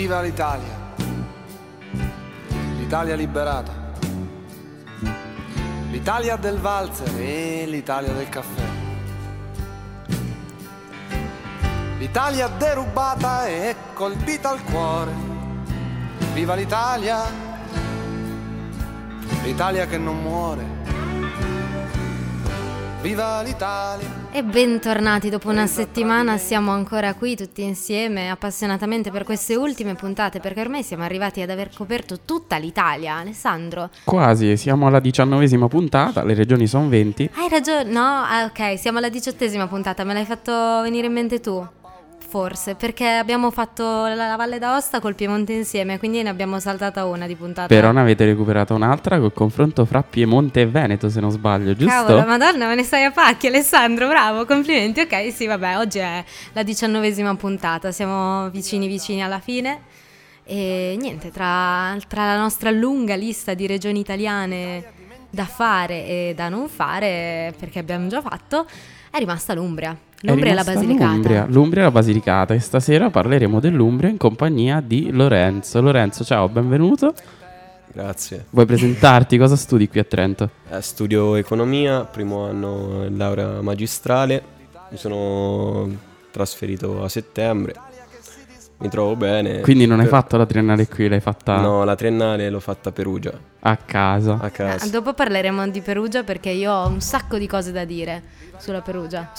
Viva l'Italia, l'Italia liberata, l'Italia del valzer e l'Italia del caffè, l'Italia derubata e colpita al cuore. Viva l'Italia, l'Italia che non muore. Viva l'Italia. E bentornati dopo una settimana, siamo ancora qui tutti insieme appassionatamente per queste ultime puntate, perché ormai siamo arrivati ad aver coperto tutta l'Italia. Alessandro? Quasi, siamo alla 19ª puntata, le regioni sono 20. Hai ragione, no? Ok, siamo alla 18ª puntata, me l'hai fatto venire in mente tu? Forse, perché abbiamo fatto la Valle d'Aosta col Piemonte insieme, quindi ne abbiamo saltata una di puntata. Però ne avete recuperata un'altra col confronto fra Piemonte e Veneto, se non sbaglio, giusto? Cavolo, madonna, me ne stai a pacchi, Alessandro, bravo, complimenti. Ok, sì, vabbè, oggi è la 19ª puntata, siamo vicini alla fine. E niente, tra la nostra lunga lista di regioni italiane da fare e da non fare, perché abbiamo già fatto, è rimasta l'Umbria. L'Umbria e la Basilicata. L'Umbria e la Basilicata. E stasera parleremo dell'Umbria in compagnia di Lorenzo. Lorenzo, ciao, benvenuto. Grazie. Vuoi presentarti? Cosa studi qui a Trento? Studio economia, primo anno laurea magistrale. Mi sono trasferito a settembre. Mi trovo bene. Quindi non hai fatto la triennale qui, l'hai fatta? No, la triennale l'ho fatta a Perugia. A casa. Dopo parleremo di Perugia, perché io ho un sacco di cose da dire sulla Perugia.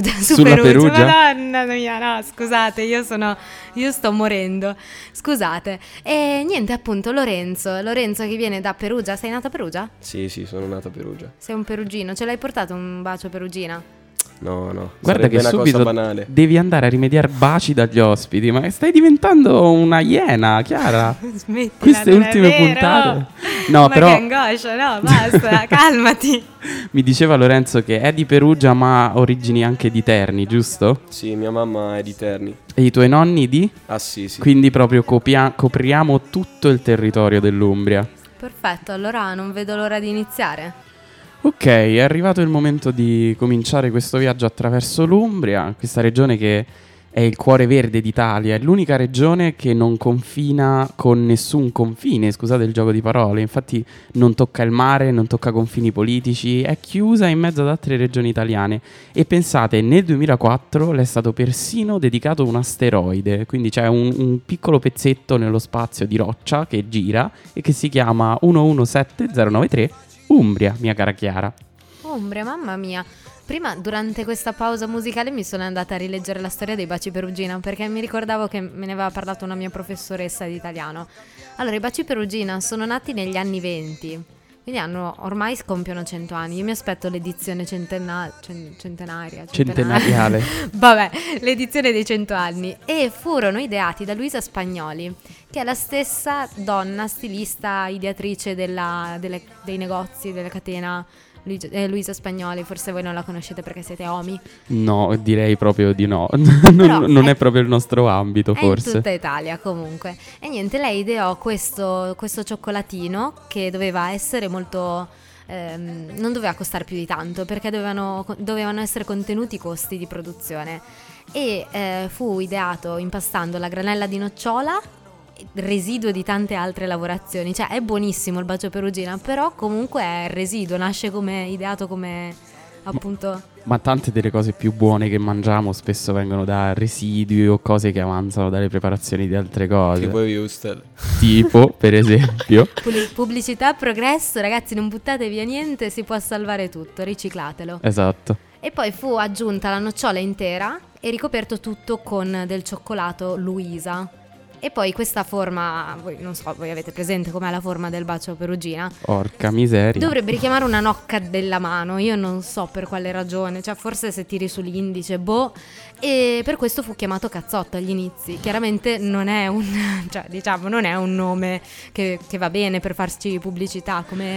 Madonna mia, no, scusate, io sto morendo. Scusate. E niente, appunto, Lorenzo che viene da Perugia. Sei nato a Perugia? Sì, sono nato a Perugia. Sei un perugino. Ce l'hai portato un bacio perugina? No. Guarda che una subito cosa banale. Devi andare a rimediare baci dagli ospiti. Ma stai diventando una iena, Chiara. Smettila, queste non ultime è vero. puntate. No, ma però che angoscia, no, basta, calmati. mi diceva Lorenzo che è di Perugia ma ha origini anche di Terni, giusto? Sì, mia mamma è di Terni. E i tuoi nonni di? Ah sì. Quindi proprio copriamo tutto il territorio dell'Umbria. Perfetto, allora non vedo l'ora di iniziare. Ok, è arrivato il momento di cominciare questo viaggio attraverso l'Umbria, questa regione che è il cuore verde d'Italia, è l'unica regione che non confina con nessun confine, scusate il gioco di parole, infatti non tocca il mare, non tocca confini politici, è chiusa in mezzo ad altre regioni italiane e pensate, nel 2004 le è stato persino dedicato un asteroide, quindi c'è un piccolo pezzetto nello spazio di roccia che gira e che si chiama 117093 Umbria, mia cara Chiara. Umbria, mamma mia. Prima, durante questa pausa musicale, mi sono andata a rileggere la storia dei baci perugina, perché mi ricordavo che me ne aveva parlato una mia professoressa di italiano. Allora, i baci perugina sono nati negli anni 20, quindi ormai compiono 100 anni. Io mi aspetto l'edizione Centenariale. Vabbè, l'edizione dei 100 anni. E furono ideati da Luisa Spagnoli, che è la stessa donna stilista ideatrice dei negozi della catena Luisa Spagnoli. Forse voi non la conoscete perché siete omi. No, direi proprio di no. Però non è proprio il nostro ambito, forse. È in tutta Italia comunque. E niente, lei ideò questo cioccolatino che doveva essere molto... non doveva costare più di tanto, perché dovevano essere contenuti i costi di produzione. E fu ideato impastando la granella di nocciola, residuo di tante altre lavorazioni. Cioè è buonissimo il bacio perugina, però comunque è residuo, nasce ideato come appunto. Ma tante delle cose più buone che mangiamo spesso vengono da residui o cose che avanzano dalle preparazioni di altre cose. Che voi usted. Tipo, per esempio. Pubblicità, progresso, ragazzi, non buttate via niente, si può salvare tutto, riciclatelo. Esatto. E poi fu aggiunta la nocciola intera e ricoperto tutto con del cioccolato Luisa. E poi questa forma, non so, voi avete presente com'è la forma del bacio perugina? Porca miseria. Dovrebbe richiamare una nocca della mano, io non so per quale ragione, cioè forse se tiri sull'indice, e per questo fu chiamato cazzotto agli inizi. Chiaramente non è non è un nome che va bene per farci pubblicità, come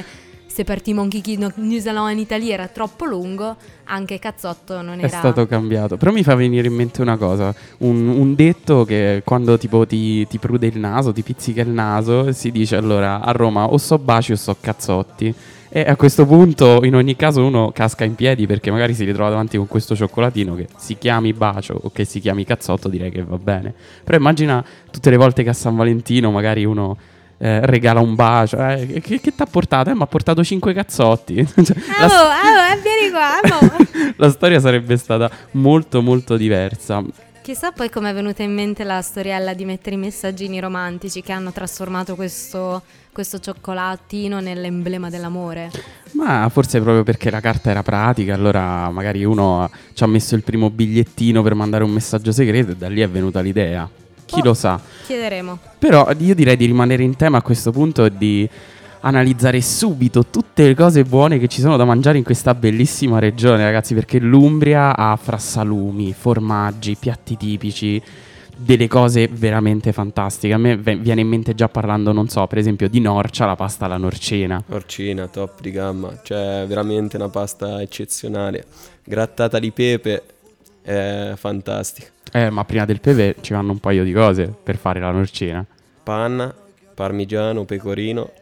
se partimmo Kiki New Zealand in Italia era troppo lungo, anche cazzotto non È era... stato cambiato. Però mi fa venire in mente una cosa, un detto che quando tipo ti prude il naso, ti pizzica il naso, si dice allora a Roma o so baci o so cazzotti. E a questo punto in ogni caso uno casca in piedi perché magari si ritrova davanti con questo cioccolatino che si chiami bacio o che si chiami cazzotto, direi che va bene. Però immagina tutte le volte che a San Valentino magari uno regala un bacio. Che ti ha portato? Mi ha portato 5 cazzotti. Cioè, vieni qua, la storia sarebbe stata molto molto diversa. Chissà poi come è venuta in mente la storiella di mettere i messaggini romantici che hanno trasformato questo cioccolatino nell'emblema dell'amore. Ma forse proprio perché la carta era pratica, allora magari uno ci ha messo il primo bigliettino per mandare un messaggio segreto e da lì è venuta l'idea. Chi lo sa? Chiederemo. Però io direi di rimanere in tema a questo punto e di analizzare subito tutte le cose buone che ci sono da mangiare in questa bellissima regione, ragazzi, perché l'Umbria ha fra salumi, formaggi, piatti tipici, delle cose veramente fantastiche. A me viene in mente, già parlando, non so, per esempio di Norcia, la pasta alla norcena. Norcina, top di gamma, cioè veramente una pasta eccezionale. Grattata di pepe, è fantastica. Ma prima del pepe ci vanno un paio di cose per fare la norcena. Panna, parmigiano, pecorino,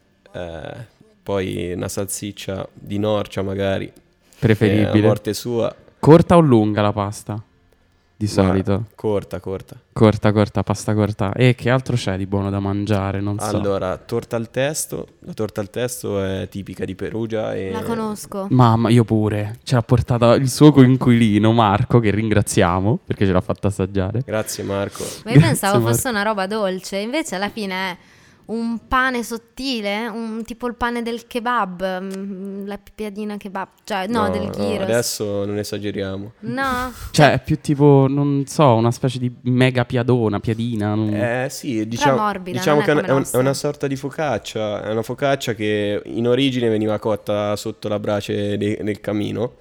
poi una salsiccia di Norcia magari, Preferibile. a morte sua. Corta o lunga la pasta? Di solito. Corta. Corta, pasta corta. E che altro c'è di buono da mangiare? Non so. Allora, torta al testo. La torta al testo è tipica di Perugia e La conosco. Mamma, io pure. Ce l'ha portata il suo coinquilino Marco, che ringraziamo perché ce l'ha fatta assaggiare. Grazie Marco. Ma io Grazie, pensavo Marco. fosse una roba dolce, invece alla fine è un pane sottile, tipo il pane del kebab, la piadina kebab, cioè no, del gyros. Adesso non esageriamo. No, Cioè, è più tipo, non so, una specie di mega piadina. Sì, Però morbida, diciamo non è che come è nostra. una sorta di focaccia. È una focaccia che in origine veniva cotta sotto la brace del camino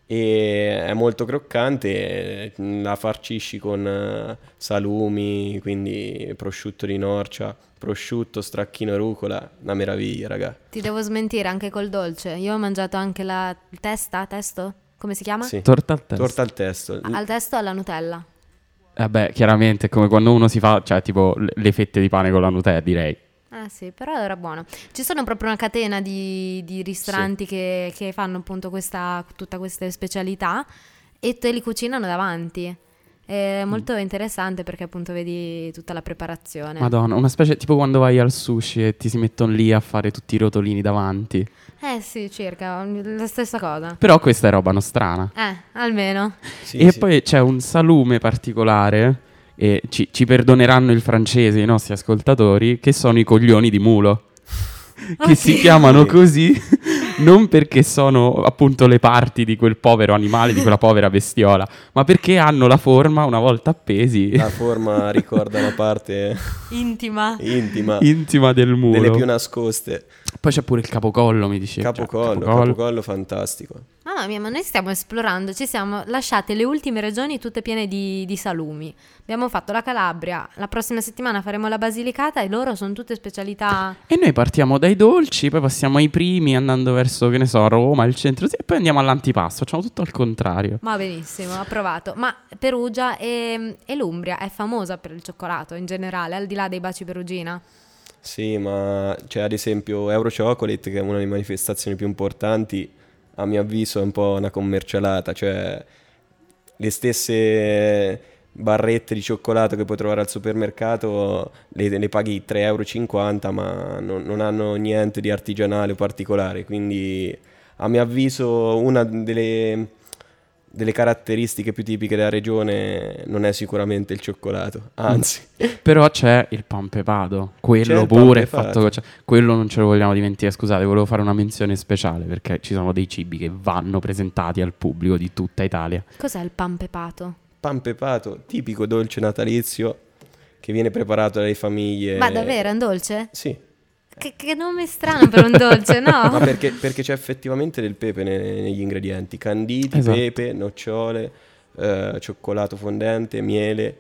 e è molto croccante. La farcisci con salumi, quindi prosciutto di Norcia, prosciutto, stracchino e rucola. Una meraviglia, raga. ti devo smentire anche col dolce. Io ho mangiato anche la testo? Come si chiama? Sì. Torta al testo. Torta al testo. Al testo alla Nutella. Vabbè, chiaramente è come quando uno si fa, cioè, tipo le fette di pane con la Nutella, direi. Sì, però era buono. Ci sono proprio una catena di ristoranti che fanno appunto tutte queste specialità e te li cucinano davanti. È molto interessante perché appunto vedi tutta la preparazione. Madonna, una specie tipo quando vai al sushi e ti si mettono lì a fare tutti i rotolini davanti. Sì, circa, la stessa cosa. Però questa è roba nostrana. Almeno. Sì, E sì. poi c'è un salume particolare, e ci perdoneranno il francese i nostri ascoltatori, che sono i coglioni di mulo. Che si chiamano così non perché sono appunto le parti di quel povero animale, di quella povera bestiola, ma perché hanno la forma, una volta appesi, La forma ricorda una parte Intima. intima del mulo. delle più nascoste. Poi c'è pure il capocollo, mi dicevi. Capocollo fantastico. Mamma mia, ma noi stiamo esplorando, ci siamo lasciate le ultime regioni tutte piene di salumi. Abbiamo fatto la Calabria, la prossima settimana faremo la Basilicata e loro sono tutte specialità. E noi partiamo dai dolci, poi passiamo ai primi andando verso, che ne so, Roma, il centro, e poi andiamo all'antipasto, facciamo tutto al contrario. Ma benissimo, approvato. Ma Perugia e l'Umbria è famosa per il cioccolato in generale, al di là dei baci perugina. Sì, ma c'è ad esempio Euro Chocolate, che è una delle manifestazioni più importanti, a mio avviso è un po' una commercialata, cioè le stesse barrette di cioccolato che puoi trovare al supermercato le paghi 3,50 €, ma non hanno niente di artigianale o particolare, quindi a mio avviso una delle caratteristiche più tipiche della regione non è sicuramente il cioccolato, anzi. Però c'è il pan pepato, quello C'è il pure, pan pepato. quello non ce lo vogliamo dimenticare. Scusate, volevo fare una menzione speciale perché ci sono dei cibi che vanno presentati al pubblico di tutta Italia. Cos'è il pan pepato? Pan pepato, tipico dolce natalizio che viene preparato dalle famiglie. Ma davvero è un dolce? Sì. Che nome strano per un dolce, no? Ma perché c'è effettivamente del pepe negli ingredienti. Canditi, Esatto. pepe, nocciole, cioccolato fondente, miele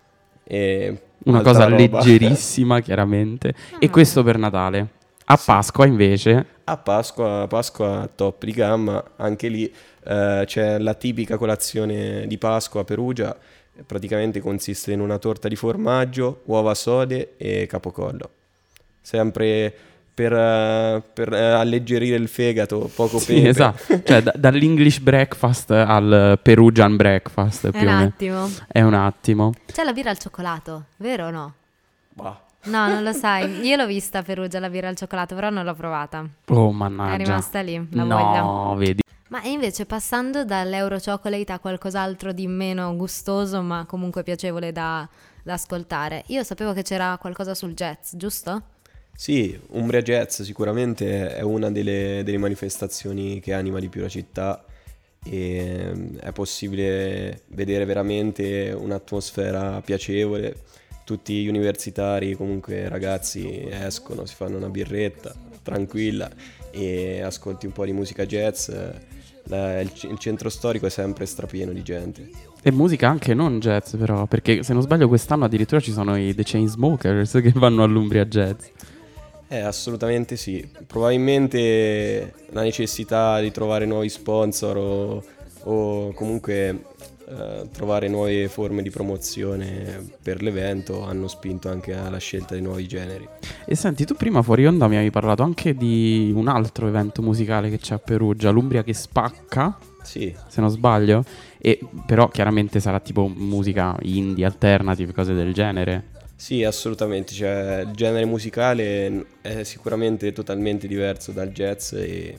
e Una altra cosa roba. leggerissima, chiaramente. E questo per Natale. A Pasqua, invece, A Pasqua top di gamma, anche lì c'è la tipica colazione di Pasqua a Perugia, praticamente consiste in una torta di formaggio, uova sode e capocollo. Sempre per alleggerire il fegato, poco Sì, pepe. esatto. Cioè, dall'English breakfast al Perugian breakfast, È più un o meno. attimo. È un attimo. C'è la birra al cioccolato, vero o no? Bah. No, non lo sai. Io l'ho vista a Perugia la birra al cioccolato, però non l'ho provata. Oh, mannaggia. È rimasta lì, la No, voglia. vedi. Ma e invece passando dall'Euro Chocolate a qualcos'altro di meno gustoso, ma comunque piacevole da ascoltare. Io sapevo che c'era qualcosa sul jazz, giusto? Sì, Umbria Jazz sicuramente è una delle manifestazioni che anima di più la città e è possibile vedere veramente un'atmosfera piacevole. Tutti gli universitari, comunque ragazzi, escono, si fanno una birretta tranquilla e ascolti un po' di musica jazz. Il centro storico è sempre strapieno di gente. E musica anche non jazz, però, perché se non sbaglio quest'anno addirittura ci sono i The Chainsmokers che vanno all'Umbria Jazz. Assolutamente sì. Probabilmente la necessità di trovare nuovi sponsor o comunque trovare nuove forme di promozione per l'evento hanno spinto anche alla scelta di nuovi generi. E senti, tu prima fuori onda mi avevi parlato anche di un altro evento musicale che c'è a Perugia, l'Umbria che spacca, Sì, se non sbaglio, e però chiaramente sarà tipo musica indie, alternative, cose del genere. sì, assolutamente. Cioè, il genere musicale è sicuramente totalmente diverso dal jazz e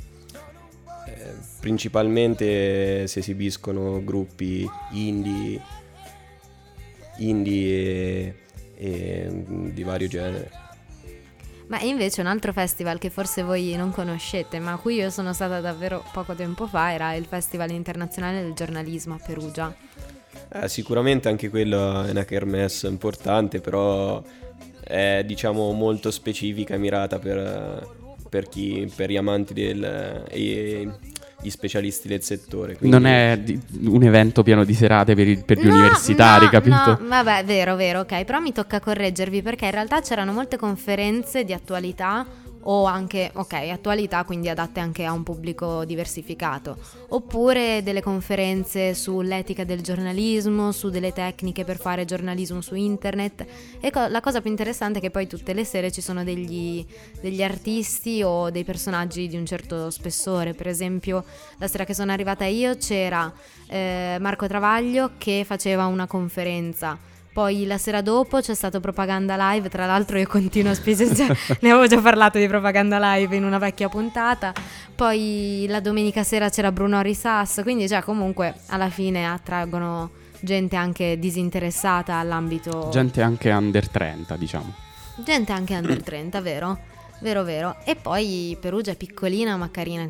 principalmente si esibiscono gruppi indie e di vario genere. Ma invece un altro festival che forse voi non conoscete, ma a cui io sono stata davvero poco tempo fa, era il Festival Internazionale del Giornalismo a Perugia. Sicuramente anche quello è una kermesse importante, però è diciamo molto specifica e mirata per gli amanti e gli specialisti del settore. Quindi Non è un evento pieno di serate per gli universitari, capito? No, vabbè, vero, ok, però mi tocca correggervi perché in realtà c'erano molte conferenze di attualità o anche, ok, attualità, quindi adatte anche a un pubblico diversificato, oppure delle conferenze sull'etica del giornalismo, su delle tecniche per fare giornalismo su internet e la cosa più interessante è che poi tutte le sere ci sono degli artisti o dei personaggi di un certo spessore. Per esempio la sera che sono arrivata io c'era Marco Travaglio che faceva una conferenza. Poi la sera dopo c'è stato Propaganda Live, tra l'altro io continuo a spingere, ne avevo già parlato di Propaganda Live in una vecchia puntata. Poi la domenica sera c'era Bruno Risas, quindi già comunque alla fine attraggono gente anche disinteressata all'ambito. Gente anche under 30, diciamo. Gente anche under 30, vero? Vero. E poi Perugia è piccolina ma carina.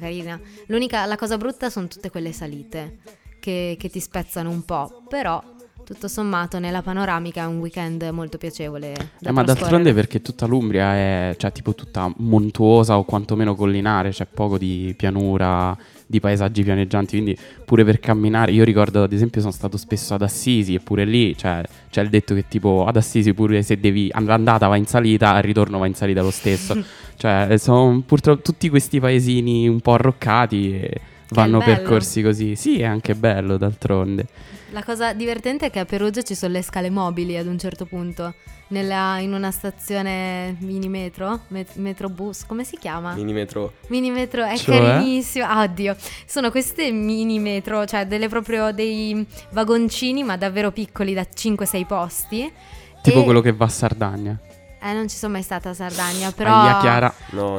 La cosa brutta sono tutte quelle salite che ti spezzano un po', però tutto sommato nella panoramica è un weekend molto piacevole da Ma trascorrere. d'altronde perché tutta l'Umbria è cioè tipo tutta montuosa o quantomeno collinare, c'è poco di pianura, di paesaggi pianeggianti, quindi pure per camminare, io ricordo ad esempio sono stato spesso ad Assisi e pure lì c'è il detto che tipo ad Assisi pure se devi andata va in salita, al ritorno va in salita lo stesso. Cioè sono purtroppo tutti questi paesini un po' arroccati e vanno bello. percorsi così. Sì, è anche bello d'altronde. La cosa divertente è che a Perugia ci sono le scale mobili ad un certo punto, in una stazione minimetro, metrobus, come si chiama? Minimetro. Minimetro, è Cioè? carinissimo. Ah, oddio, sono queste minimetro, cioè proprio dei vagoncini ma davvero piccoli da 5-6 posti. Tipo E- quello che va a Sardegna. non ci sono mai stata a Sardegna, però Ahia, Chiara. No.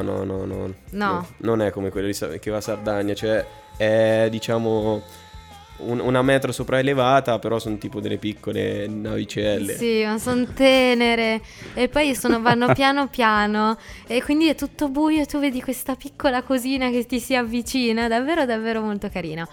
Non è come quello che va a Sardegna, cioè è diciamo una metro sopraelevata, però sono tipo delle piccole navicelle. Sì, ma sono tenere e poi vanno piano piano e quindi è tutto buio e tu vedi questa piccola cosina che ti si avvicina, davvero molto carina.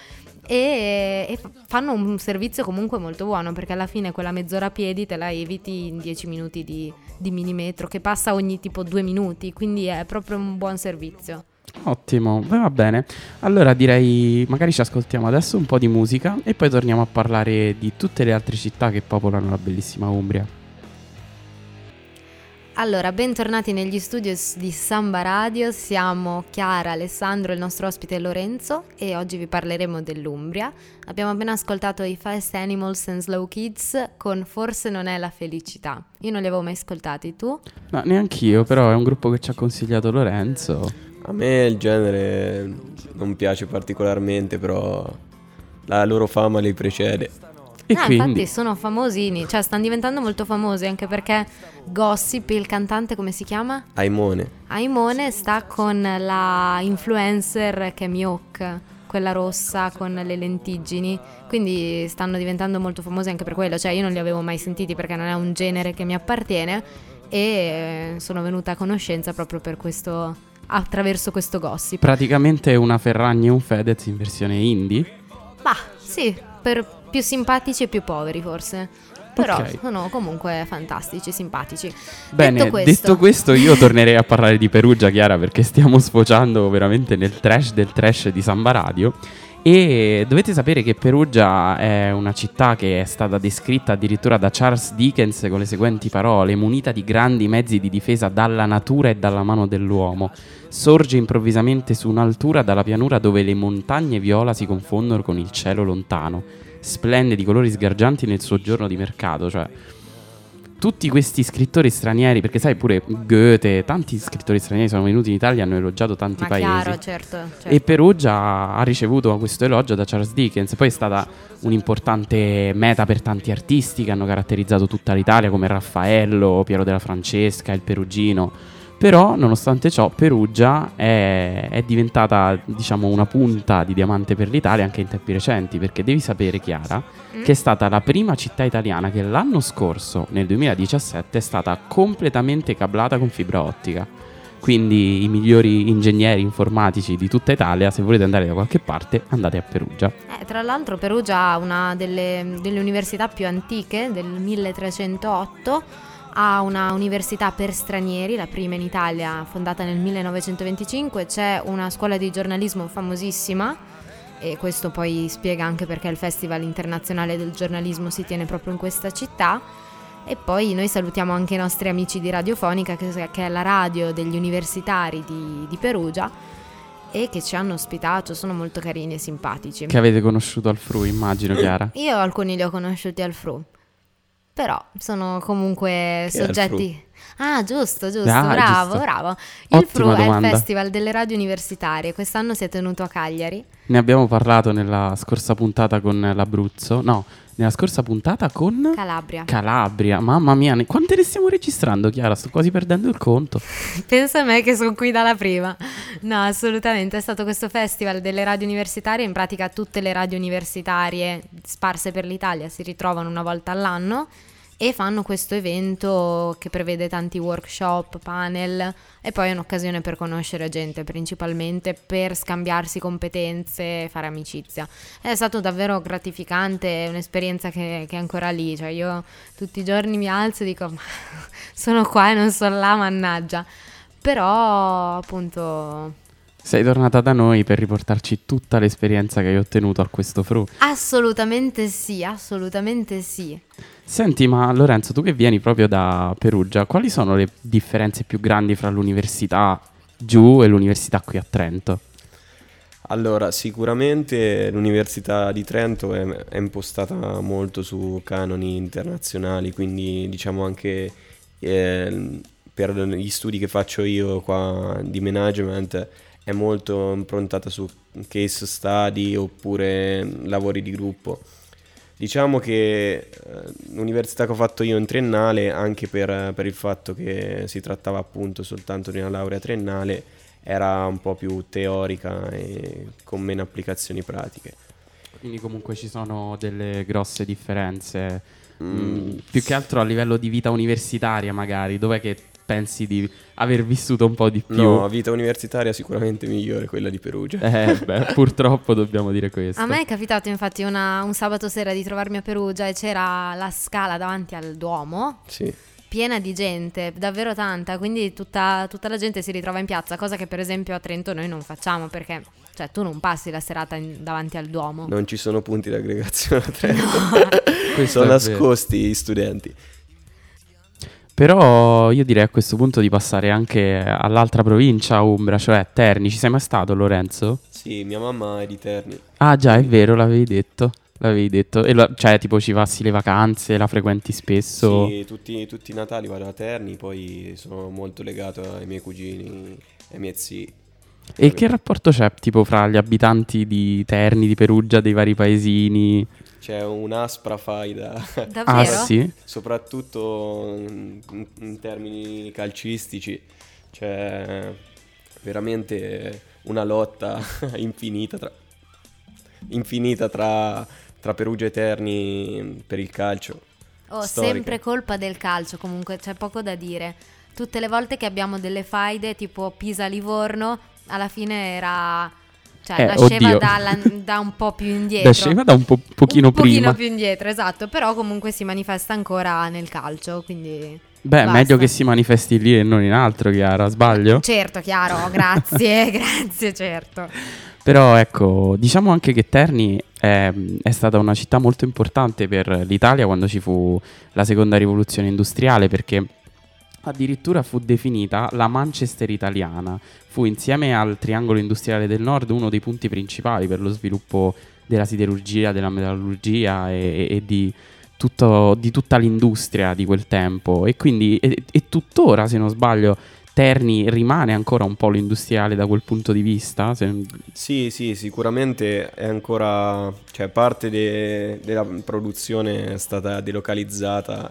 E fanno un servizio comunque molto buono perché alla fine quella mezz'ora a piedi te la eviti in 10 minuti di minimetro che passa ogni tipo 2 minuti, quindi è proprio un buon servizio. Ottimo, va bene. Allora direi magari ci ascoltiamo adesso un po' di musica e poi torniamo a parlare di tutte le altre città che popolano la bellissima Umbria. Allora, bentornati negli studios di Samba Radio, siamo Chiara, Alessandro, il nostro ospite è Lorenzo e oggi vi parleremo dell'Umbria. Abbiamo appena ascoltato i Fast Animals and Slow Kids con Forse non è la felicità. Io non li avevo mai ascoltati, tu? No, neanch'io, però è un gruppo che ci ha consigliato Lorenzo. A me il genere non piace particolarmente, però la loro fama li precede. E quindi Infatti sono famosini, cioè stanno diventando molto famosi anche perché Gossip, il cantante, come si chiama? Aimone. Aimone sta con la influencer che è Miok, quella rossa con le lentiggini, quindi stanno diventando molto famosi anche per quello, cioè io non li avevo mai sentiti perché non è un genere che mi appartiene e sono venuta a conoscenza proprio per questo, attraverso questo Gossip. praticamente una Ferragni e un Fedez in versione indie. Bah, sì, per più simpatici e più poveri forse. Però Ok. sono comunque fantastici, simpatici. Bene, detto questo io tornerei a parlare di Perugia, Chiara, perché stiamo sfociando veramente nel trash del trash di Samba Radio. E dovete sapere che Perugia è una città che è stata descritta addirittura da Charles Dickens con le seguenti parole: munita di grandi mezzi di difesa dalla natura e dalla mano dell'uomo. Sorge improvvisamente su un'altura dalla pianura dove le montagne viola si confondono con il cielo lontano. Splende di colori sgargianti nel suo giorno di mercato, cioè tutti questi scrittori stranieri, perché sai pure Goethe, tanti scrittori stranieri sono venuti in Italia e hanno elogiato tanti Ma paesi. chiaro, certo. E Perugia ha ricevuto questo elogio da Charles Dickens. Poi è stata un'importante meta per tanti artisti che hanno caratterizzato tutta l'Italia, come Raffaello, Piero della Francesca, il Perugino. Però, nonostante ciò, Perugia è diventata, diciamo, una punta di diamante per l'Italia anche in tempi recenti, perché devi sapere, Chiara, che è stata la prima città italiana che l'anno scorso, nel 2017, è stata completamente cablata con fibra ottica. Quindi i migliori ingegneri informatici di tutta Italia, se volete andare da qualche parte, andate a Perugia. Tra l'altro Perugia ha una delle università più antiche, del 1308. Ha una università per stranieri, la prima in Italia, fondata nel 1925. C'è una scuola di giornalismo famosissima e questo poi spiega anche perché il Festival Internazionale del Giornalismo si tiene proprio in questa città. E poi noi salutiamo anche i nostri amici di Radiofonica, che è la radio degli universitari di Perugia, e che ci hanno ospitato, sono molto carini e simpatici. Che avete conosciuto al Fru, immagino, Chiara. Io alcuni li ho conosciuti al Fru, però sono comunque Che è il soggetti. Ah, giusto, Ah, bravo, giusto. bravo. Il Ottima Fru è il domanda. festival delle radio universitarie. Quest'anno si è tenuto a Cagliari. Ne abbiamo parlato nella scorsa puntata con l'Abruzzo. No, nella scorsa puntata con Calabria. Mamma mia, quante ne stiamo registrando, Chiara? Sto quasi perdendo il conto. Pensa a me che sono qui dalla prima. No, assolutamente, è stato questo festival delle radio universitarie. In pratica tutte le radio universitarie sparse per l'Italia si ritrovano una volta all'anno e fanno questo evento che prevede tanti workshop, panel, e poi è un'occasione per conoscere gente, principalmente per scambiarsi competenze, fare amicizia. È stato davvero gratificante, è un'esperienza che è ancora lì, cioè io tutti i giorni mi alzo e dico ma sono qua e non sono là, mannaggia. Però appunto Sei tornata da noi per riportarci tutta l'esperienza che hai ottenuto a questo Fru. assolutamente sì, assolutamente sì. Senti, ma Lorenzo, tu che vieni proprio da Perugia, quali sono le differenze più grandi fra l'università giù e l'università qui a Trento? Allora, sicuramente l'Università di Trento è impostata molto su canoni internazionali, quindi diciamo anche per gli studi che faccio io qua di management è molto improntata su case study oppure lavori di gruppo. Diciamo che l'università che ho fatto io in triennale, anche per il fatto che si trattava appunto soltanto di una laurea triennale, era un po' più teorica e con meno applicazioni pratiche. Quindi comunque ci sono delle grosse differenze, più che altro a livello di vita universitaria magari, dov'è che pensi di aver vissuto un po' di più? No, vita universitaria sicuramente migliore quella di Perugia. Beh, purtroppo dobbiamo dire questo. A me è capitato infatti un sabato sera di trovarmi a Perugia e c'era la scala davanti al Duomo, Sì. piena di gente, davvero tanta, quindi tutta la gente si ritrova in piazza, cosa che per esempio a Trento noi non facciamo, perché cioè tu non passi la serata davanti al Duomo. Non ci sono punti di aggregazione a Trento. Questo Sono è vero. nascosti gli studenti. Però io direi a questo punto di passare anche all'altra provincia umbra, cioè Terni. Ci sei mai stato, Lorenzo? Sì, mia mamma è di Terni. Ah già, è vero, l'avevi detto. L'avevi detto. Cioè, tipo, ci passi le vacanze, la frequenti spesso? Sì, tutti i Natali vado a Terni, poi sono molto legato ai miei cugini, ai miei zii. E che rapporto c'è, tipo, fra gli abitanti di Terni, di Perugia, dei vari paesini? C'è un'aspra faida, Davvero? Ah sì? soprattutto in termini calcistici. C'è veramente una lotta infinita tra Perugia e Terni per il calcio. Oh, Storica. sempre colpa del calcio, comunque c'è poco da dire. Tutte le volte che abbiamo delle faide tipo Pisa-Livorno, alla fine era... cioè nasceva oddio. da un po' più indietro. Nasceva da un pochino un prima. pochino più indietro, esatto, però comunque si manifesta ancora nel calcio, quindi... Beh, basta. meglio che si manifesti lì e non in altro, Chiara, sbaglio? Certo, chiaro, grazie, grazie, certo. Però ecco, diciamo anche che Terni è stata una città molto importante per l'Italia quando ci fu la seconda rivoluzione industriale, perché addirittura fu definita la Manchester italiana. Fu insieme al triangolo industriale del nord uno dei punti principali per lo sviluppo della siderurgia, della metallurgia e di tutta l'industria di quel tempo. E quindi, e tuttora, se non sbaglio, Terni rimane ancora un polo industriale da quel punto di vista? Sì, sicuramente è ancora, cioè parte della produzione è stata delocalizzata,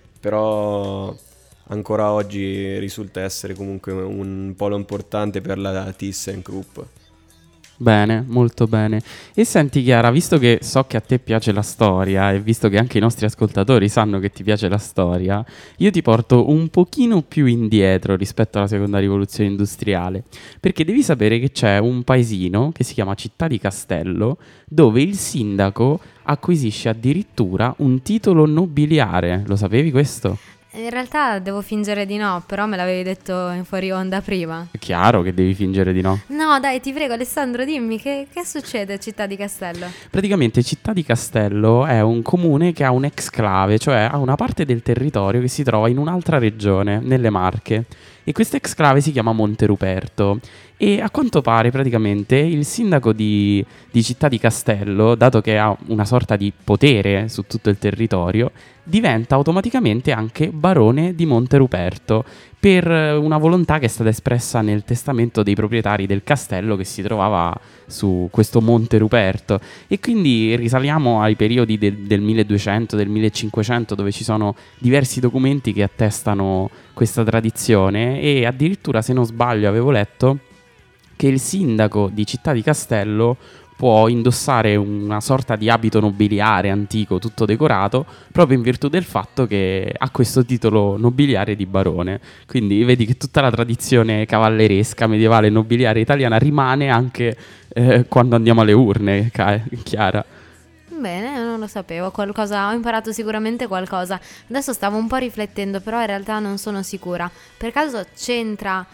però ancora oggi risulta essere comunque un polo importante per la ThyssenKrupp. Bene, molto bene. E senti Chiara, visto che so che a te piace la storia e visto che anche i nostri ascoltatori sanno che ti piace la storia, io ti porto un pochino più indietro rispetto alla seconda rivoluzione industriale, perché devi sapere che c'è un paesino che si chiama Città di Castello, dove il sindaco acquisisce addirittura un titolo nobiliare. Lo sapevi questo? In realtà devo fingere di no, però me l'avevi detto in fuori onda prima. È chiaro che devi fingere di no. No, dai, ti prego, Alessandro, dimmi che succede a Città di Castello? Praticamente Città di Castello è un comune che ha un exclave, cioè ha una parte del territorio che si trova in un'altra regione, nelle Marche. E questo exclave si chiama Monte Ruperto. E a quanto pare praticamente il sindaco di Città di Castello, dato che ha una sorta di potere su tutto il territorio, diventa automaticamente anche barone di Monte Ruperto per una volontà che è stata espressa nel testamento dei proprietari del castello che si trovava su questo Monte Ruperto. E quindi risaliamo ai periodi del 1200, del 1500, dove ci sono diversi documenti che attestano questa tradizione. E addirittura, se non sbaglio, avevo letto che il sindaco di Città di Castello può indossare una sorta di abito nobiliare antico, tutto decorato, proprio in virtù del fatto che ha questo titolo nobiliare di barone. Quindi vedi che tutta la tradizione cavalleresca, medievale e nobiliare italiana rimane anche quando andiamo alle urne, Chiara. Bene, non lo sapevo, ho imparato sicuramente qualcosa. Adesso stavo un po' riflettendo, però in realtà non sono sicura. Per caso c'entra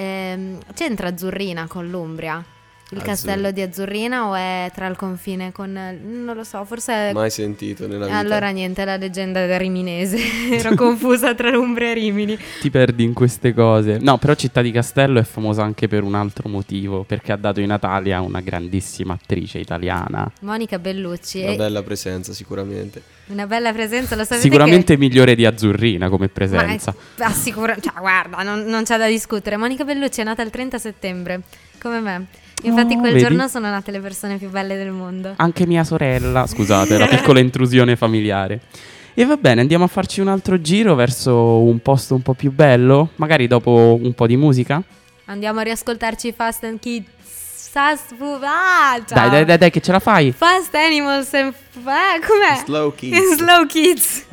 Azzurrina con l'Umbria? Il castello di Azzurrina, o è tra il confine con... non lo so, forse... Mai sentito nella vita. Allora niente, è la leggenda del riminese. Ero confusa tra l'Umbria e Rimini. Ti perdi in queste cose. No, però Città di Castello è famosa anche per un altro motivo, perché ha dato i natali a una grandissima attrice italiana. Monica Bellucci. Una bella presenza sicuramente. Una bella presenza, lo sapete Sicuramente migliore di Azzurrina come presenza. Cioè, guarda, non c'è da discutere. Monica Bellucci è nata il 30 settembre, come me. Infatti quel vedi? giorno sono nate le persone più belle del mondo. Anche mia sorella, scusate, la piccola intrusione familiare. E va bene, andiamo a farci un altro giro verso un posto un po' più bello, magari dopo un po' di musica. Andiamo a riascoltarci Fast and Kids. Ciao. Dai, che ce la fai. Fast Animals and... com'è? Slow Kids. Slow Kids.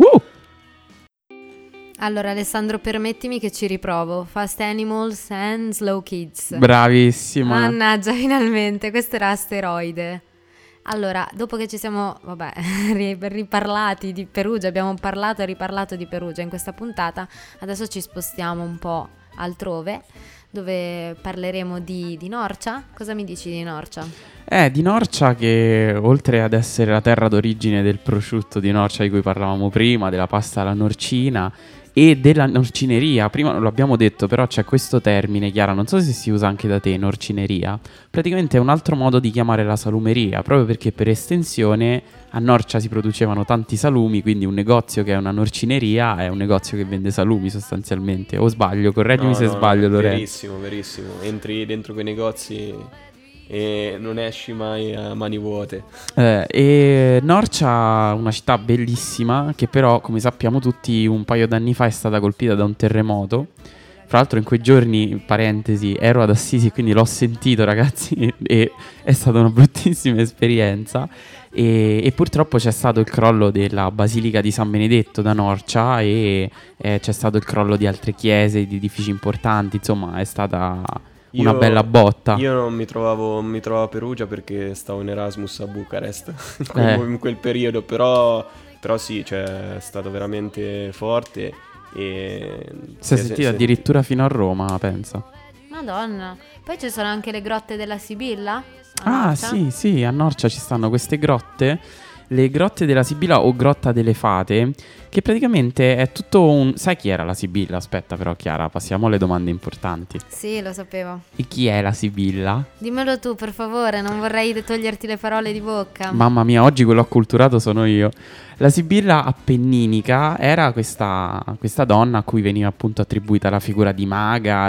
Allora Alessandro, permettimi che ci riprovo. Fast Animals and Slow Kids. Bravissima. Mannaggia, finalmente, questo era Asteroide. Allora, dopo che ci siamo, riparlati di Perugia, abbiamo parlato e riparlato di Perugia in questa puntata, adesso ci spostiamo un po' altrove, dove parleremo di Norcia. Cosa mi dici di Norcia? Di Norcia, che oltre ad essere la terra d'origine del prosciutto di Norcia di cui parlavamo prima, della pasta alla norcina, e della norcineria. Prima non l'abbiamo detto, però c'è questo termine, Chiara, non so se si usa anche da te, norcineria. Praticamente è un altro modo di chiamare la salumeria, proprio perché per estensione a Norcia si producevano tanti salumi, quindi un negozio che è una norcineria è un negozio che vende salumi sostanzialmente. O sbaglio? Correggimi se sbaglio, Lorenzo. Verissimo, verissimo. Entri dentro quei negozi e non esci mai a mani vuote. E Norcia, una città bellissima, che però, come sappiamo tutti, un paio d'anni fa è stata colpita da un terremoto. Fra l'altro in quei giorni, parentesi, ero ad Assisi, quindi l'ho sentito, ragazzi, e è stata una bruttissima esperienza. E purtroppo c'è stato il crollo della Basilica di San Benedetto da Norcia e c'è stato il crollo di altre chiese, di edifici importanti, insomma è stata una bella botta. Io non mi trovavo a Perugia perché stavo in Erasmus a Bucarest in quel periodo, però sì, cioè, è stato veramente forte. E si è sentito addirittura fino a Roma, pensa. Madonna. Poi ci sono anche le grotte della Sibilla. Ah, sì, a Norcia ci stanno queste grotte, le grotte della Sibilla o grotta delle fate, che praticamente è tutto un... Sai chi era la Sibilla? Aspetta però, Chiara, passiamo alle domande importanti. Sì, lo sapevo. E chi è la Sibilla? Dimmelo tu, per favore, non vorrei toglierti le parole di bocca. Mamma mia, oggi quello acculturato sono io. La Sibilla appenninica era questa donna a cui veniva appunto attribuita la figura di maga,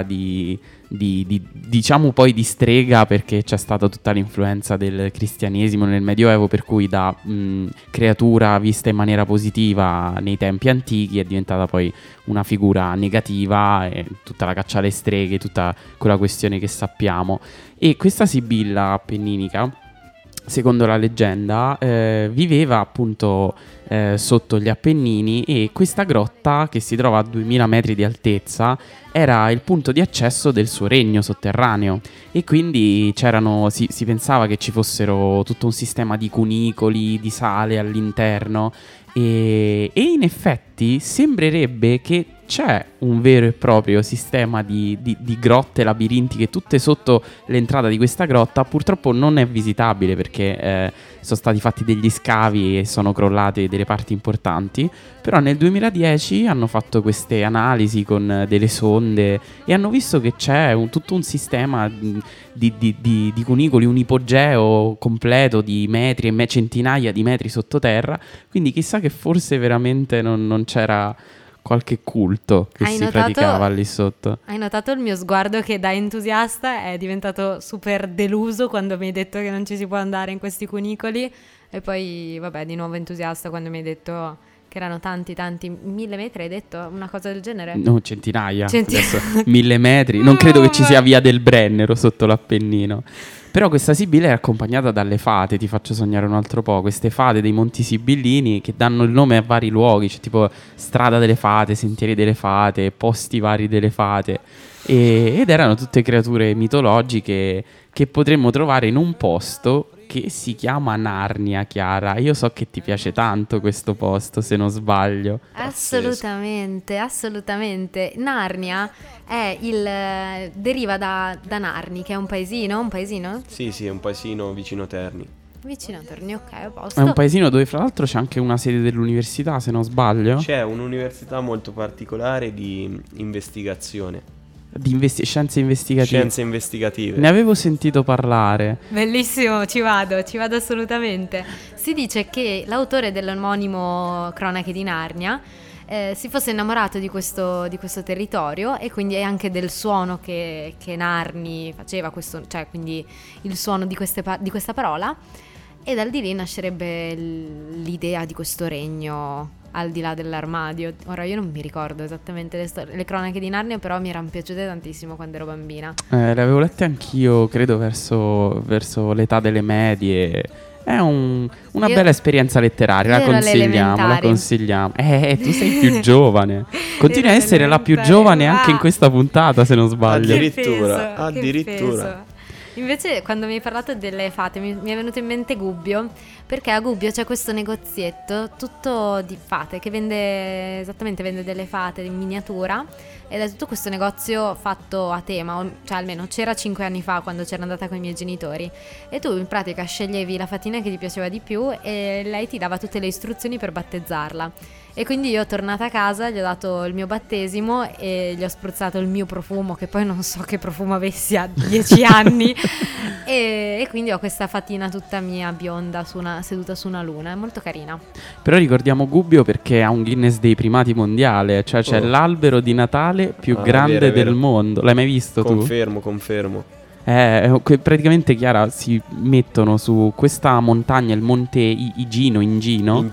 diciamo poi di strega, perché c'è stata tutta l'influenza del cristianesimo nel Medioevo, per cui da creatura vista in maniera positiva nei tempi antichi è diventata poi una figura negativa, e tutta la caccia alle streghe, tutta quella questione che sappiamo. E questa Sibilla appenninica, secondo la leggenda, viveva appunto sotto gli Appennini, e questa grotta, che si trova a 2000 metri di altezza, era il punto di accesso del suo regno sotterraneo, e quindi si pensava che ci fossero tutto un sistema di cunicoli, di sale all'interno, e in effetti sembrerebbe che c'è un vero e proprio sistema di grotte labirintiche tutte sotto l'entrata di questa grotta. Purtroppo non è visitabile perché sono stati fatti degli scavi e sono crollate delle parti importanti, però nel 2010 hanno fatto queste analisi con delle sonde e hanno visto che c'è tutto un sistema di cunicoli, un ipogeo completo di metri e centinaia di metri sottoterra, quindi chissà che forse veramente non c'era qualche culto che si praticava lì sotto. Hai notato il mio sguardo che da entusiasta è diventato super deluso quando mi hai detto che non ci si può andare in questi cunicoli, e poi vabbè di nuovo entusiasta quando mi hai detto che erano tanti 1000 metri, hai detto una cosa del genere? No, centinaia. Adesso 1000 metri, non credo che ci sia via del Brennero sotto l'Appennino. Però questa Sibilla è accompagnata dalle fate, ti faccio sognare un altro po', queste fate dei Monti Sibillini che danno il nome a vari luoghi, c'è tipo strada delle fate, sentieri delle fate, posti vari delle fate, ed erano tutte creature mitologiche che potremmo trovare in un posto che si chiama Narnia. Chiara, io so che ti piace tanto questo posto, se non sbaglio. Assolutamente. Narnia deriva da Narni, che è un paesino? Sì, è un paesino vicino Terni. Vicino a Terni, ok, a posto. È un paesino dove fra l'altro c'è anche una sede dell'università, se non sbaglio. C'è un'università molto particolare di investigazione. Di scienze investigative. Scienze investigative. Ne avevo sentito parlare. Bellissimo, ci vado assolutamente. Si dice che l'autore dell'omonimo Cronache di Narnia si fosse innamorato di questo territorio, e quindi anche del suono che Narni faceva, cioè quindi il suono di questa parola, e dal di lì nascerebbe l'idea di questo regno al di là dell'armadio. Ora io non mi ricordo esattamente le cronache di Narnia, però mi erano piaciute tantissimo quando ero bambina. Le avevo lette anch'io, credo verso l'età delle medie. È una bella esperienza letteraria, la consigliamo. Tu sei più giovane. Continui a essere la più giovane anche in questa puntata, se non sbaglio. Addirittura. Invece quando mi hai parlato delle fate mi è venuto in mente Gubbio, perché a Gubbio c'è questo negozietto tutto di fate che vende delle fate in miniatura, ed è tutto questo negozio fatto a tema, cioè almeno c'era 5 anni fa quando c'ero andata con i miei genitori, e tu in pratica sceglievi la fatina che ti piaceva di più e lei ti dava tutte le istruzioni per battezzarla. E quindi io tornata a casa gli ho dato il mio battesimo e gli ho spruzzato il mio profumo, che poi non so che profumo avessi a 10 anni, e quindi ho questa fatina tutta mia bionda seduta su una luna, è molto carina. Però ricordiamo Gubbio perché ha un Guinness dei primati mondiale, cioè c'è l'albero di Natale più grande vero, è vero. del mondo. L'hai mai visto tu? Confermo. Praticamente, Chiara, si mettono su questa montagna, il monte Igino, In Gino.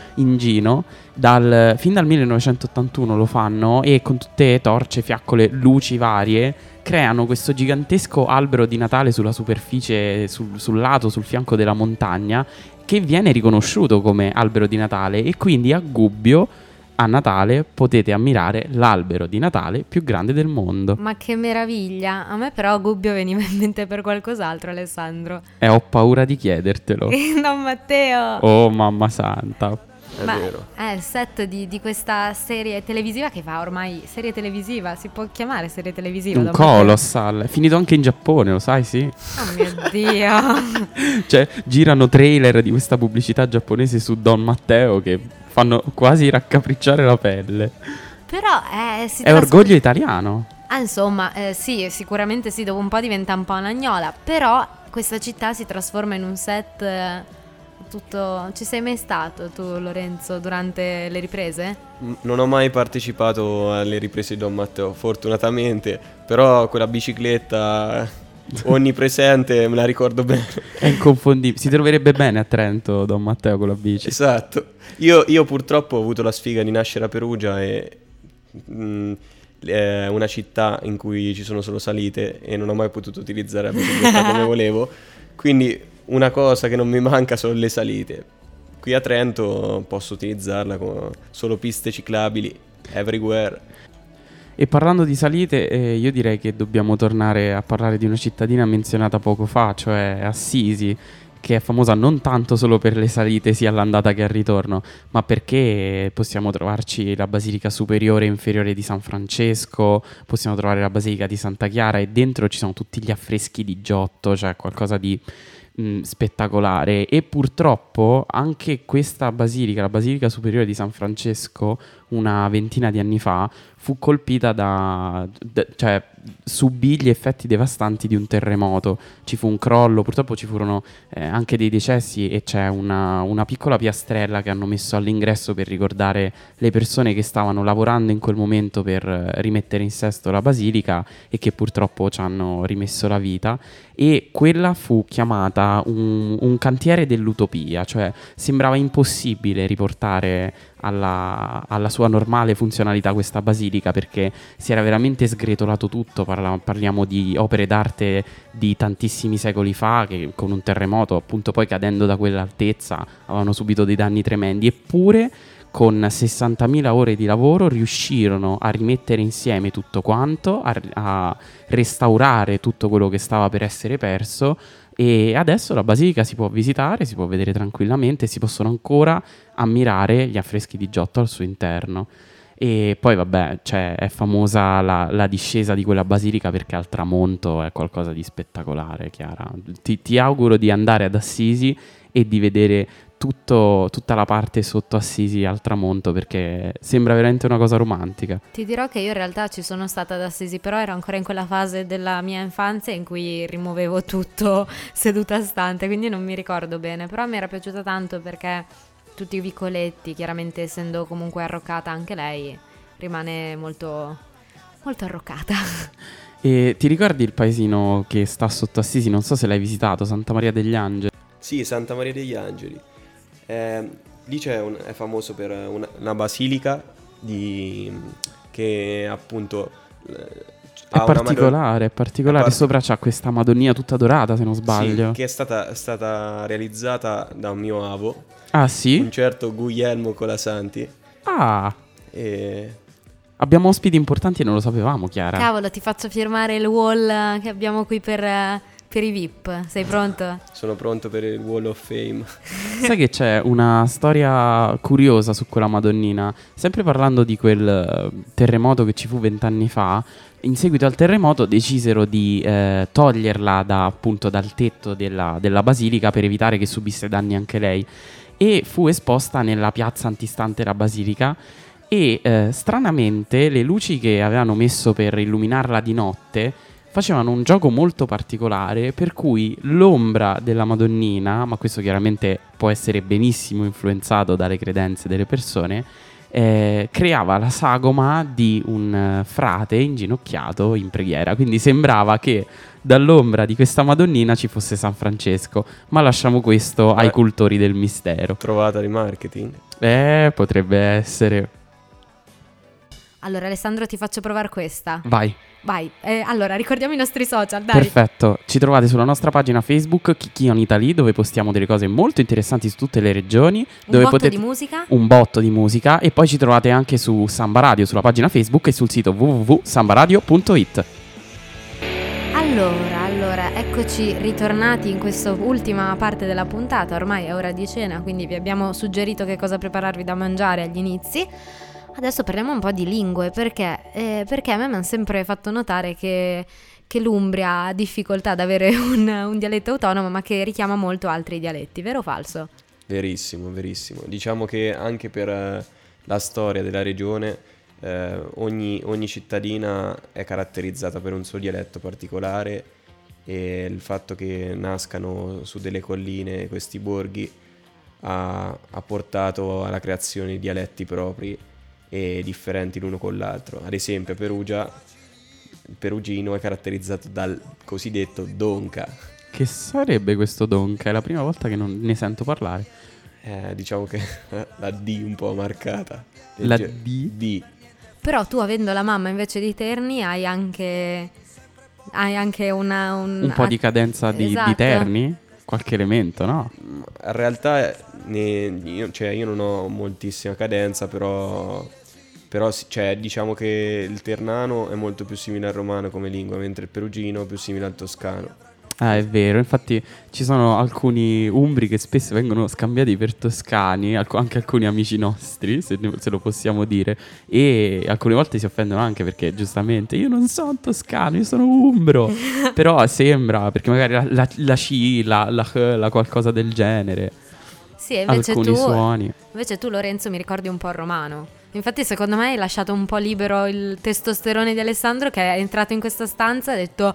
fin dal 1981 lo fanno, e con tutte torce, fiaccole, luci varie creano questo gigantesco albero di Natale sulla superficie, sul lato, sul fianco della montagna, che viene riconosciuto come albero di Natale, e quindi a Gubbio a Natale potete ammirare l'albero di Natale più grande del mondo. Ma che meraviglia! A me però Gubbio veniva in mente per qualcos'altro, Alessandro. E ho paura di chiedertelo. Don Matteo! Oh mamma santa. È vero. È il set di questa serie televisiva che fa ormai serie televisiva, si può chiamare serie televisiva? Un Don Matteo? colossal. È finito anche in Giappone, lo sai, sì? Oh mio Dio! Cioè, girano trailer di questa pubblicità giapponese su Don Matteo che fanno quasi raccapricciare la pelle. Però È orgoglio italiano. Insomma, sì, sicuramente sì, dopo un po' diventa un po' una gnola, però questa città si trasforma in un set tutto... Ci sei mai stato tu, Lorenzo, durante le riprese? Non ho mai partecipato alle riprese di Don Matteo, fortunatamente, però quella bicicletta onnipresente me la ricordo bene. È inconfondibile. Si troverebbe bene a Trento Don Matteo con la bici. Esatto. Io purtroppo ho avuto la sfiga di nascere a Perugia e è una città in cui ci sono solo salite e non ho mai potuto utilizzare la bicicletta come volevo, quindi una cosa che non mi manca sono le salite. Qui a Trento posso utilizzarla con solo piste ciclabili everywhere. E parlando di salite, io direi che dobbiamo tornare a parlare di una cittadina menzionata poco fa, cioè Assisi, che è famosa non tanto solo per le salite sia all'andata che al ritorno, ma perché possiamo trovarci la Basilica Superiore e Inferiore di San Francesco, possiamo trovare la Basilica di Santa Chiara, e dentro ci sono tutti gli affreschi di Giotto, cioè qualcosa di spettacolare. E purtroppo anche questa basilica, la Basilica Superiore di San Francesco, una ventina di anni fa fu colpita cioè subì gli effetti devastanti di un terremoto. Ci fu un crollo, purtroppo ci furono anche dei decessi, e c'è una piccola piastrella che hanno messo all'ingresso per ricordare le persone che stavano lavorando in quel momento per rimettere in sesto la basilica e che purtroppo ci hanno rimesso la vita. E quella fu chiamata un cantiere dell'utopia, cioè sembrava impossibile riportare alla sua normale funzionalità questa basilica, perché si era veramente sgretolato tutto. Parliamo di opere d'arte di tantissimi secoli fa che con un terremoto, appunto, poi cadendo da quell'altezza, avevano subito dei danni tremendi. Eppure con 60.000 ore di lavoro riuscirono a rimettere insieme tutto quanto, a restaurare tutto quello che stava per essere perso, e adesso la basilica si può visitare, si può vedere tranquillamente, si possono ancora ammirare gli affreschi di Giotto al suo interno. E poi vabbè, cioè, è famosa la discesa di quella basilica perché al tramonto è qualcosa di spettacolare, Chiara. Ti auguro di andare ad Assisi e di vedere tutta la parte sotto Assisi al tramonto, perché sembra veramente una cosa romantica. Ti dirò che io in realtà ci sono stata ad Assisi, però ero ancora in quella fase della mia infanzia in cui rimuovevo tutto seduta stante, quindi non mi ricordo bene, però mi era piaciuta tanto perché tutti i vicoletti, chiaramente essendo comunque arroccata anche lei, rimane molto, molto arroccata. E ti ricordi il paesino che sta sotto Assisi? Non so se l'hai visitato, Santa Maria degli Angeli. Sì, Santa Maria degli Angeli. Lì è famoso per una basilica che appunto È particolare, sopra c'ha questa Madonnina tutta dorata, se non sbaglio. Sì, che è stata realizzata da un mio avo. Ah sì? Un certo Guglielmo Colasanti. Ah, E abbiamo ospiti importanti e non lo sapevamo, Chiara. Cavolo, ti faccio firmare il wall che abbiamo qui per i VIP. Sei pronto? sono pronto per il Wall of Fame. Sai che c'è una storia curiosa su quella Madonnina? Sempre parlando di quel terremoto che ci fu 20 anni fa, in seguito al terremoto decisero di toglierla appunto dal tetto della basilica per evitare che subisse danni anche lei. e fu esposta nella piazza antistante la basilica. E stranamente le luci che avevano messo per illuminarla di notte facevano un gioco molto particolare, per cui l'ombra della Madonnina, ma questo chiaramente può essere benissimo influenzato dalle credenze delle persone, creava la sagoma di un frate inginocchiato in preghiera. Quindi sembrava che dall'ombra di questa Madonnina ci fosse San Francesco, ma lasciamo questo ai cultori del mistero. Trovata di marketing? Potrebbe essere. Allora Alessandro, ti faccio provare questa. Vai. Allora ricordiamo i nostri social, dai. Perfetto, ci trovate sulla nostra pagina Facebook Kiki on Italy, dove postiamo delle cose molto interessanti su tutte le regioni, Un botto di musica. Un botto di musica. E poi ci trovate anche su Samba Radio, sulla pagina Facebook, e sul sito www.sambaradio.it. Allora, eccoci ritornati in questa ultima parte della puntata. Ormai è ora di cena, quindi vi abbiamo suggerito che cosa prepararvi da mangiare agli inizi. Adesso parliamo un po' di lingue, perché a me mi hanno sempre fatto notare che l'Umbria ha difficoltà ad avere un dialetto autonomo, ma che richiama molto altri dialetti, vero o falso? Verissimo. Diciamo che anche per la storia della regione ogni cittadina è caratterizzata per un suo dialetto particolare, e il fatto che nascano su delle colline questi borghi ha portato alla creazione di dialetti propri e differenti l'uno con l'altro. Ad esempio a Perugia il perugino è caratterizzato dal cosiddetto donca. Che sarebbe questo donca? È la prima volta che non ne sento parlare. Diciamo che la D un po' marcata. La D? Però tu, avendo la mamma invece di Terni, hai anche un po' di cadenza esatto. Di Terni? Qualche elemento, no? In realtà io non ho moltissima cadenza, però diciamo che il ternano è molto più simile al romano come lingua, mentre il perugino è più simile al toscano. Ah, è vero, infatti ci sono alcuni umbri che spesso vengono scambiati per toscani, anche alcuni amici nostri, se lo possiamo dire, e alcune volte si offendono anche perché giustamente io non sono toscano, io sono umbro, però sembra, perché magari la C, la H, la qualcosa del genere, sì, invece alcuni suoni. Invece tu, Lorenzo, mi ricordi un po' il romano. Infatti secondo me hai lasciato un po' libero il testosterone di Alessandro, che è entrato in questa stanza e ha detto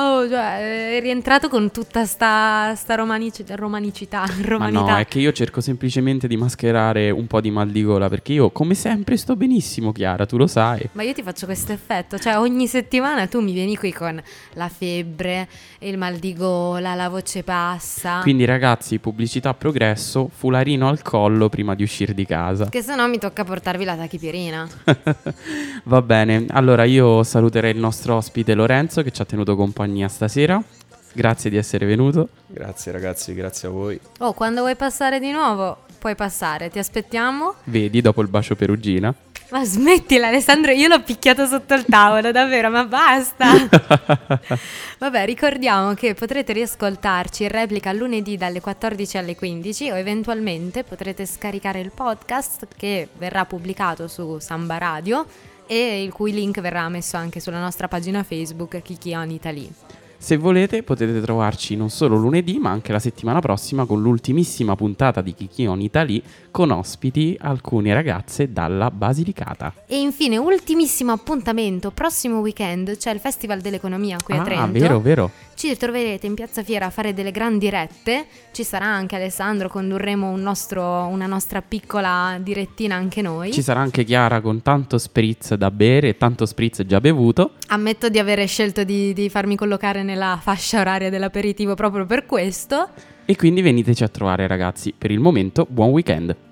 è rientrato con tutta sta romanicità. Ma no, è che io cerco semplicemente di mascherare un po' di mal di gola, perché io come sempre sto benissimo, Chiara, tu lo sai. Ma io ti faccio questo effetto, cioè ogni settimana tu mi vieni qui con la febbre, il mal di gola, la voce bassa. Quindi ragazzi, pubblicità progresso, fularino al collo prima di uscire di casa. Che se no mi tocca portarvi la tachipirina. Va bene, allora io saluterei il nostro ospite Lorenzo, che ci ha tenuto compagnia stasera. Grazie di essere venuto. Grazie ragazzi, grazie a voi. Quando vuoi passare di nuovo puoi passare, ti aspettiamo. Vedi, dopo il bacio perugina. Ma smettila Alessandro, io l'ho picchiato sotto il tavolo, davvero, ma basta. Vabbè, ricordiamo che potrete riascoltarci in replica lunedì dalle 14 alle 15, o eventualmente potrete scaricare il podcast che verrà pubblicato su Samba Radio e il cui link verrà messo anche sulla nostra pagina Facebook Kiki on Italy. Se volete potete trovarci non solo lunedì ma anche la settimana prossima con l'ultimissima puntata di Kiki on Italy, con ospiti alcune ragazze dalla Basilicata. E infine ultimissimo appuntamento, prossimo weekend c'è il Festival dell'Economia qui a Trento. Vero. Ci troverete in Piazza Fiera a fare delle grandi rette, ci sarà anche Alessandro, condurremo una nostra piccola direttina anche noi. Ci sarà anche Chiara con tanto spritz da bere e tanto spritz già bevuto. Ammetto di avere scelto di farmi collocare nella fascia oraria dell'aperitivo proprio per questo. E quindi veniteci a trovare ragazzi. Per il momento buon weekend.